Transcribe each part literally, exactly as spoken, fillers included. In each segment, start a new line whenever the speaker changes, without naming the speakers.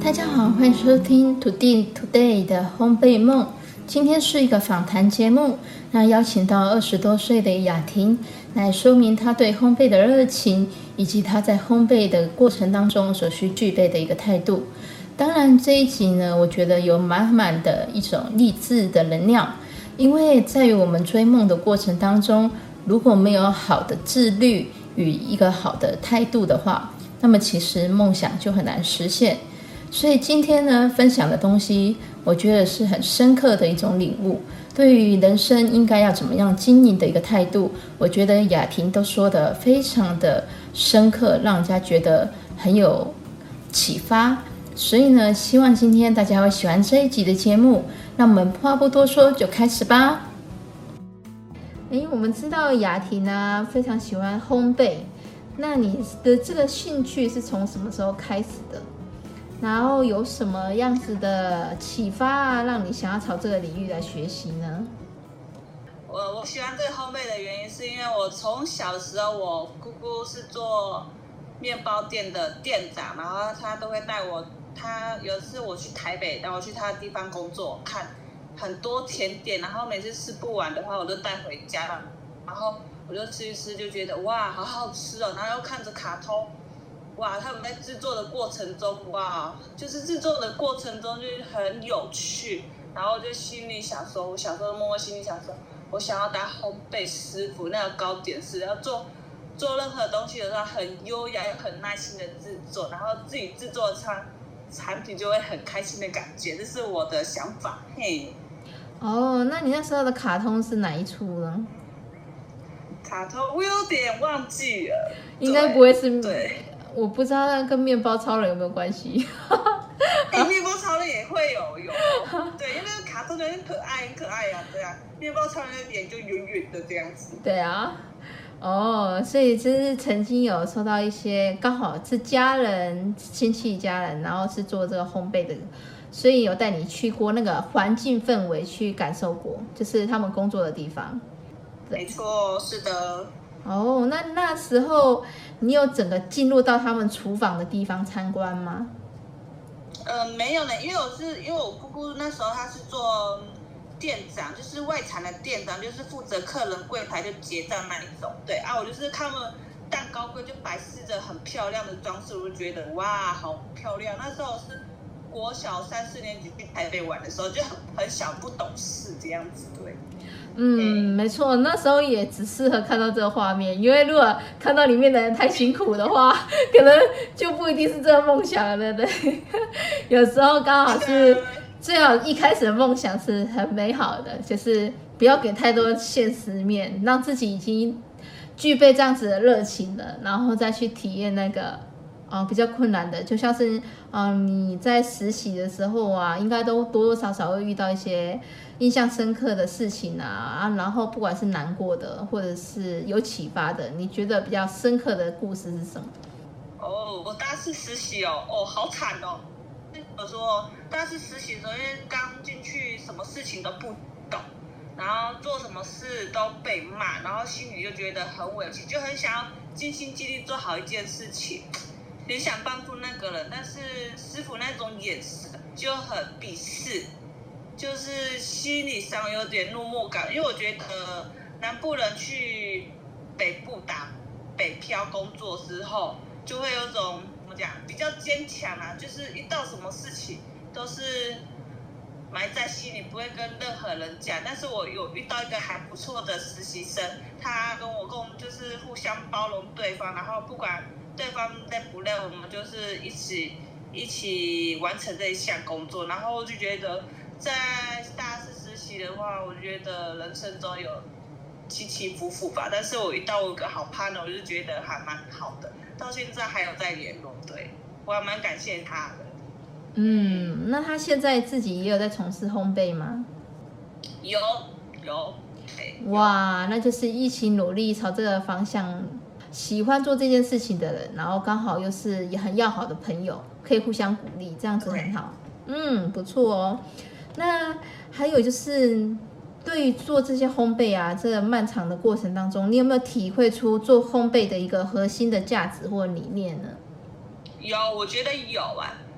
大家好，欢迎收听 Today Today 的烘焙梦。今天是一个访谈节目，那邀请到二十多岁的雅婷来说明她对烘焙的热情，以及她在烘焙的过程当中所需具备的一个态度。当然这一集呢，我觉得有满满的一种励志的能量，因为在于我们追梦的过程当中，如果没有好的自律与一个好的态度的话，那么其实梦想就很难实现。所以今天呢，分享的东西我觉得是很深刻的一种领悟，对于人生应该要怎么样经营的一个态度，我觉得雅婷都说得非常的深刻，让人家觉得很有启发。所以呢，希望今天大家会喜欢这一集的节目，那我们话不多说，就开始吧。诶，我们知道雅婷呢非常喜欢烘焙，那你的这个兴趣是从什么时候开始的？然后有什么样子的启发啊，让你想要朝这个领域来学习呢？
我我喜欢这个烘焙的原因，是因为我从小的时候，我姑姑是做面包店的店长，然后她都会带我。她有一次我去台北，然后我去她的地方工作，看很多甜点，然后每次吃不完的话，我就带回家，然后我就吃一吃，就觉得哇，好好吃哦，然后又看着卡通。哇，他们在制作的过程中，哇，就是制作的过程中就是很有趣，然后就心里想说，我小时候默默心里想说，我想要当烘焙师傅，那个糕点师，要做做任何东西的时候很优雅又很耐心的制作，然后自己制作的产产品就会很开心的感觉，这是我的想法。嘿，
哦，那你那时候的卡通是哪一出呢？
卡通我有点忘记了，
应该不会是
对。
我不知道那跟面包超人有没有关系。
欸、面包超人也会有有，对，因为那个卡通就很可爱很可爱呀、啊，对啊，面包超人的脸就圆圆的这样子。
对啊，哦，所以就是曾经有收到一些刚好是家人亲戚家人，然后是做这个烘焙的，所以有带你去过那个环境氛围去感受过，就是他们工作的地方。
没错，是的。
哦，那那时候你有整个进入到他们厨房的地方参观吗？
呃，没有呢，因为我是因为我姑姑那时候她是做店长，就是外场的店长，就是负责客人柜台就结账那一种。对啊，我就是他们蛋糕柜就摆饰着很漂亮的装饰，我就觉得哇，好漂亮。那时候是国小三四年级去台北玩的时候，就很很小不懂事这样子，对。
嗯，没错，那时候也只适合看到这个画面，因为如果看到里面的人太辛苦的话，可能就不一定是这个梦想了，对不对？有时候刚好是最好一开始的梦想是很美好的，就是不要给太多现实面，让自己已经具备这样子的热情了，然后再去体验那个呃比较困难的，就像是呃你在实习的时候啊，应该都多多少少会遇到一些印象深刻的事情啊，啊然后不管是难过的或者是有启发的，你觉得比较深刻的故事是什么？
哦，我大四实习哦，哦，好惨哦。我说大四实习的时候，因为刚进去，什么事情都不懂，然后做什么事都被骂，然后心里就觉得很委屈，就很想要尽心尽力做好一件事情，很想帮助那个人，但是师傅那种眼神就很鄙视。就是心理上有点怒目感，因为我觉得南部人去北部打北漂工作之后，就会有种怎么讲比较坚强啊，就是一到什么事情都是埋在心里，不会跟任何人讲。但是我有遇到一个还不错的实习生，他跟我共就是互相包容对方，然后不管对方累不累，我们就是一起一起完成这一项工作，然后我就觉得。在大四实习的话，我觉得人生中有起起伏伏吧，但是我遇到我有个好 partner， 我就觉得还蛮好的，到现在还有在联络，对，我还蛮感谢他的。
嗯，那他现在自己也有在从事烘焙吗？
有有。
哇，那就是一起努力朝这个方向，喜欢做这件事情的人，然后刚好又是也很要好的朋友，可以互相鼓励，这样子很好。嗯，不错哦。那还有就是，对于做这些烘焙啊，这个漫长的过程当中，你有没有体会出做烘焙的一个核心的价值或理念呢？
有，我觉得有啊。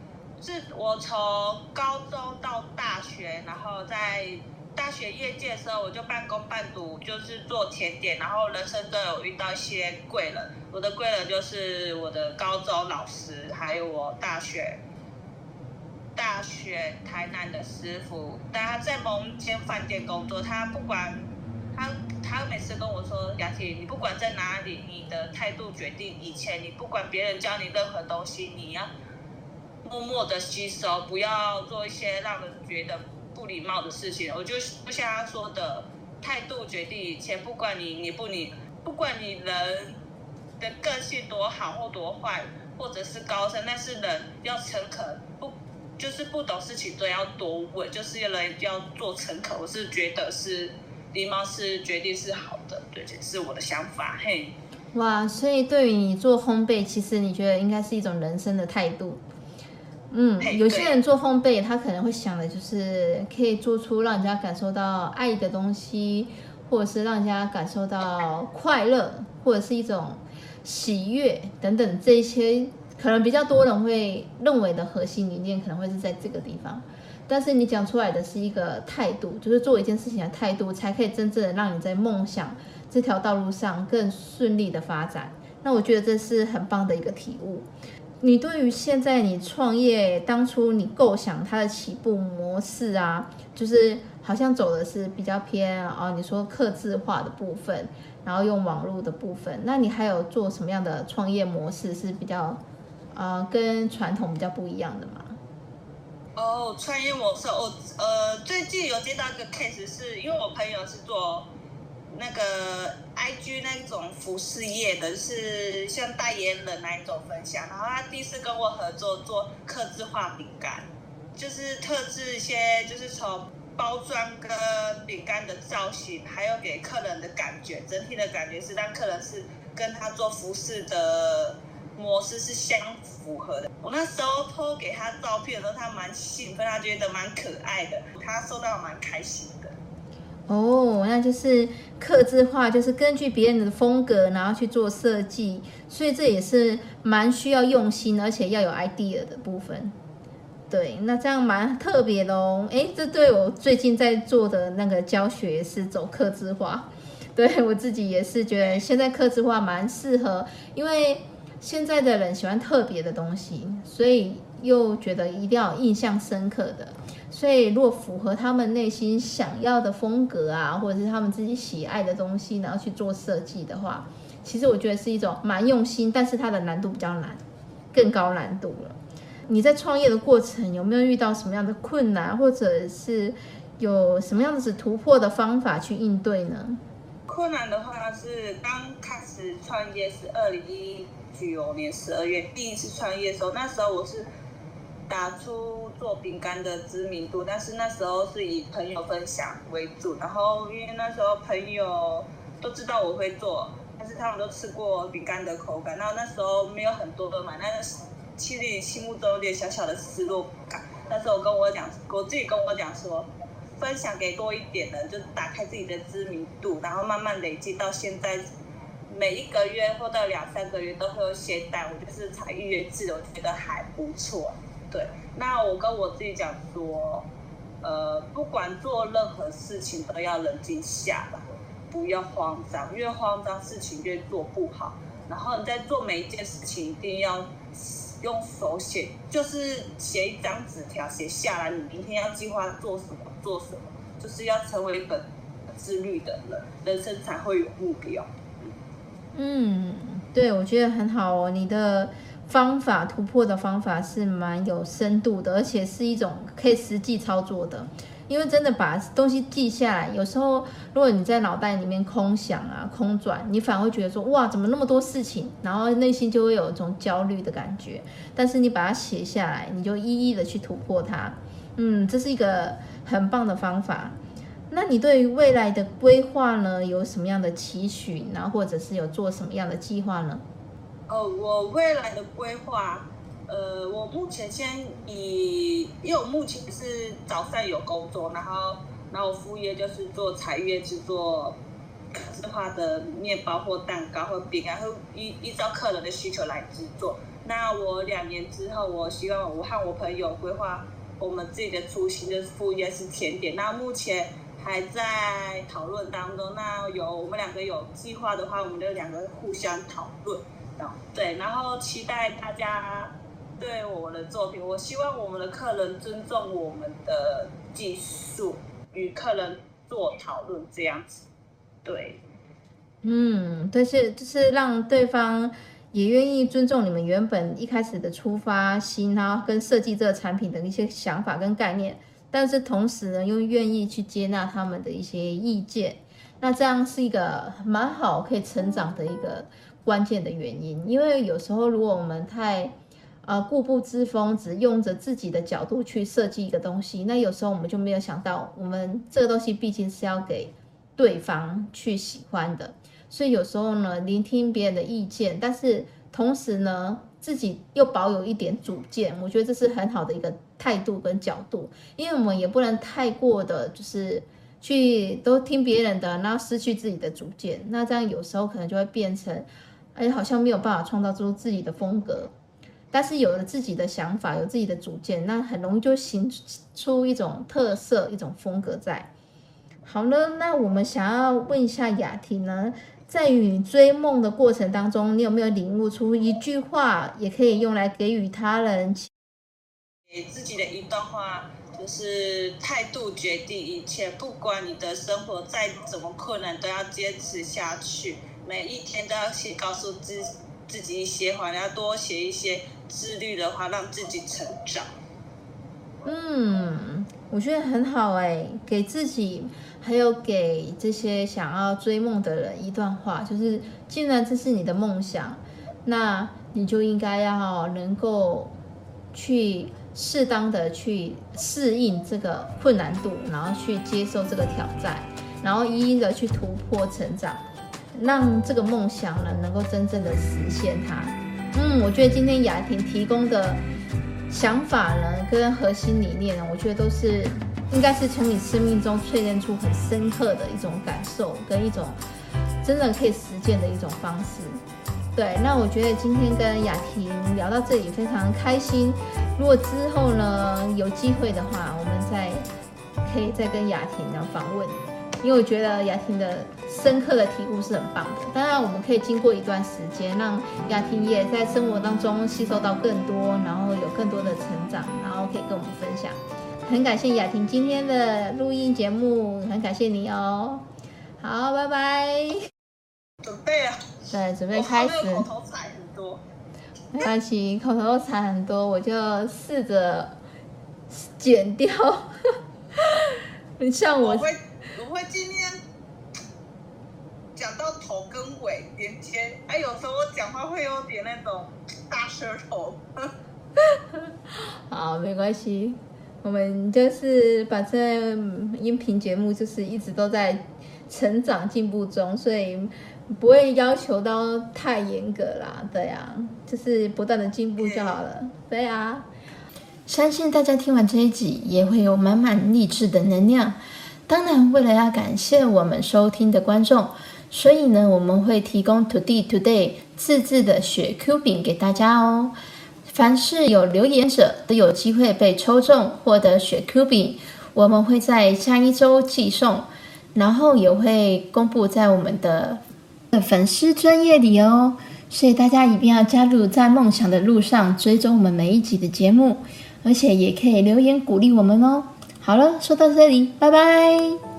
是我从高中到大学，然后在大学业界的时候，我就半工半读，就是做甜点，然后人生都有遇到一些贵人。我的贵人就是我的高中老师，还有我大学大学台南的师傅。但他在某间饭店工作，他不管他他每次跟我说，雅婷，你不管在哪里，你的态度决定一切。你不管别人教你任何东西，你要默默的吸收，不要做一些让人觉得不礼貌的事情。我就就像他说的，态度决定一切。不管你你不你不管你人的个性多好或多坏，或者是高深，但是人要诚恳，不就是不懂事情都要多问，就是人要做诚恳。我是觉得是礼貌是决定是好的，对，这是我的想法。嘿，
哇，所以对于你做烘焙，其实你觉得应该是一种人生的态度。嗯，有些人做烘焙，他可能会想的就是可以做出让人家感受到爱的东西，或者是让人家感受到快乐，或者是一种喜悦等等，这些可能比较多人会认为的核心理念，可能会是在这个地方。但是你讲出来的是一个态度，就是做一件事情的态度，才可以真正的让你在梦想这条道路上更顺利的发展。那我觉得这是很棒的一个体悟。你对于现在你创业当初你构想它的起步模式啊，就是好像走的是比较偏哦，你说客制化的部分，然后用网络的部分，那你还有做什么样的创业模式是比较呃跟传统比较不一样的吗？
哦，创业模式，我呃最近有接到一个 case， 是因为我朋友是做那个 I G 那种服饰业的，是像代言人那一种分享，然后他第一次跟我合作做客制化饼干，就是特制一些，就是从包装跟饼干的造型，还有给客人的感觉，整体的感觉是让客人是跟他做服饰的模式是相符合的。我那时候 po 给他照片的时候，他蛮兴奋，他觉得蛮可爱的，他收到蛮开心的。
哦，那就是客制化，就是根据别人的风格，然后去做设计，所以这也是蛮需要用心，而且要有 idea 的部分。对，那这样蛮特别的哦。诶，这对我最近在做的那个教学是走客制化，对我自己也是觉得现在客制化蛮适合，因为现在的人喜欢特别的东西，所以又觉得一定要有印象深刻的。所以如果符合他们内心想要的风格啊，或者是他们自己喜爱的东西，然后去做设计的话，其实我觉得是一种蛮用心，但是它的难度比较难，更高难度了。你在创业的过程有没有遇到什么样的困难，或者是有什么样子突破的方法去应对呢？
困难的话是刚开始创业是二零一九年十二月第一次创业的时候，那时候我是打出做饼干的知名度，但是那时候是以朋友分享为主，然后因为那时候朋友都知道我会做，但是他们都吃过饼干的口感，然后那时候没有很多的买，那个心里心目中有点小小的失落感。但是我跟我讲，我自己跟我讲说，分享给多一点人，就打开自己的知名度，然后慢慢累积到现在，每一个月或到两三个月都会有些单，我就是采预约制，我觉得还不错。对，那我跟我自己讲说，呃，不管做任何事情都要冷静下来，不要慌张，越慌张事情越做不好。然后你在做每一件事情一定要用手写，就是写一张纸条写下来，你明天要计划做什么做什么，就是要成为一个自律的人，人生才会有目标。
嗯，对，我觉得很好哦，你的方法突破的方法是蛮有深度的，而且是一种可以实际操作的。因为真的把东西记下来，有时候如果你在脑袋里面空想啊、空转，你反而会觉得说哇，怎么那么多事情，然后内心就会有一种焦虑的感觉。但是你把它写下来，你就一一的去突破它。嗯，这是一个很棒的方法。那你对于未来的规划呢，有什么样的期许，然后或者是有做什么样的计划呢？
哦，我未来的规划，呃，我目前先以，因为我目前是早上有工作，然后然后我副业就是做茶叶制作客制化的面包或蛋糕或饼干，会依依照客人的需求来制作。 那我两年之后，我希望我和我朋友规划我们自己的初心，就是副业是甜点。那目前还在讨论当中。那有我们两个有计划的话，我们就两个互相讨论。对，然后期待大家对我的作品，我希望我们的客人尊重我们的技术，与客人做讨论这样子。对，
嗯，但是就是让对方也愿意尊重你们原本一开始的出发心啊，跟设计这个产品的一些想法跟概念，但是同时呢，又愿意去接纳他们的一些意见。那这样是一个蛮好可以成长的一个关键的原因。因为有时候如果我们太呃固步自封，只用着自己的角度去设计一个东西，那有时候我们就没有想到，我们这个东西毕竟是要给对方去喜欢的。所以有时候呢，聆听别人的意见，但是同时呢，自己又保有一点主见，我觉得这是很好的一个态度跟角度。因为我们也不能太过的就是去都听别人的，然后失去自己的主见，那这样有时候可能就会变成哎，好像没有办法创造出自己的风格。但是有了自己的想法，有自己的主见，那很容易就形出一种特色，一种风格在。好了，那我们想要问一下雅婷呢，在与追梦的过程当中，你有没有领悟出一句话，也可以用来给予他人？
给自己的一段话，就是态度决定一切，不管你的生活再怎么困难，都要坚持下去。每一天都要先告诉自自己一些话，要多写一些自律的话，让自己成长。
嗯，我觉得很好哎，给自己还有给这些想要追梦的人一段话，就是既然这是你的梦想，那你就应该要能够去适当的去适应这个困难度，然后去接受这个挑战，然后一一的去突破成长，让这个梦想呢能够真正的实现它。嗯，我觉得今天雅婷提供的想法呢跟核心理念呢，我觉得都是应该是从你生命中淬炼出很深刻的一种感受跟一种真的可以实践的一种方式。对，那我觉得今天跟雅婷聊到这里非常开心。如果之后呢有机会的话，我们再可以再跟雅婷呢访问，因为我觉得雅婷的深刻的体悟是很棒的。当然我们可以经过一段时间，让雅婷也在生活当中吸收到更多，然后有更多的成长，然后可以跟我们分享。很感谢雅婷今天的录音节目，很感谢你哦。好，拜拜。
准备了，
对，准备开始。
我口头禅很多，
没关系，口头禅很多，我就试着剪掉。像我，
我会我会尽量讲到头跟尾连接。哎，有时候我讲话会有点那种大舌头。
好，没关系，我们就是把这音频节目就是一直都在成长进步中，所以不会要求到太严格啦。对啊，就是不断的进步就好了。对啊，相信大家听完这一集也会有满满励志的能量。当然，为了要感谢我们收听的观众，所以呢，我们会提供 Today Today 自制的雪 Q 饼给大家哦。凡是有留言者都有机会被抽中获得雪 Q 饼，我们会在下一周寄送，然后也会公布在我们的粉丝专页里哦。所以大家一定要加入在梦想的路上，追踪我们每一集的节目，而且也可以留言鼓励我们哦。好了，说到这里，拜拜。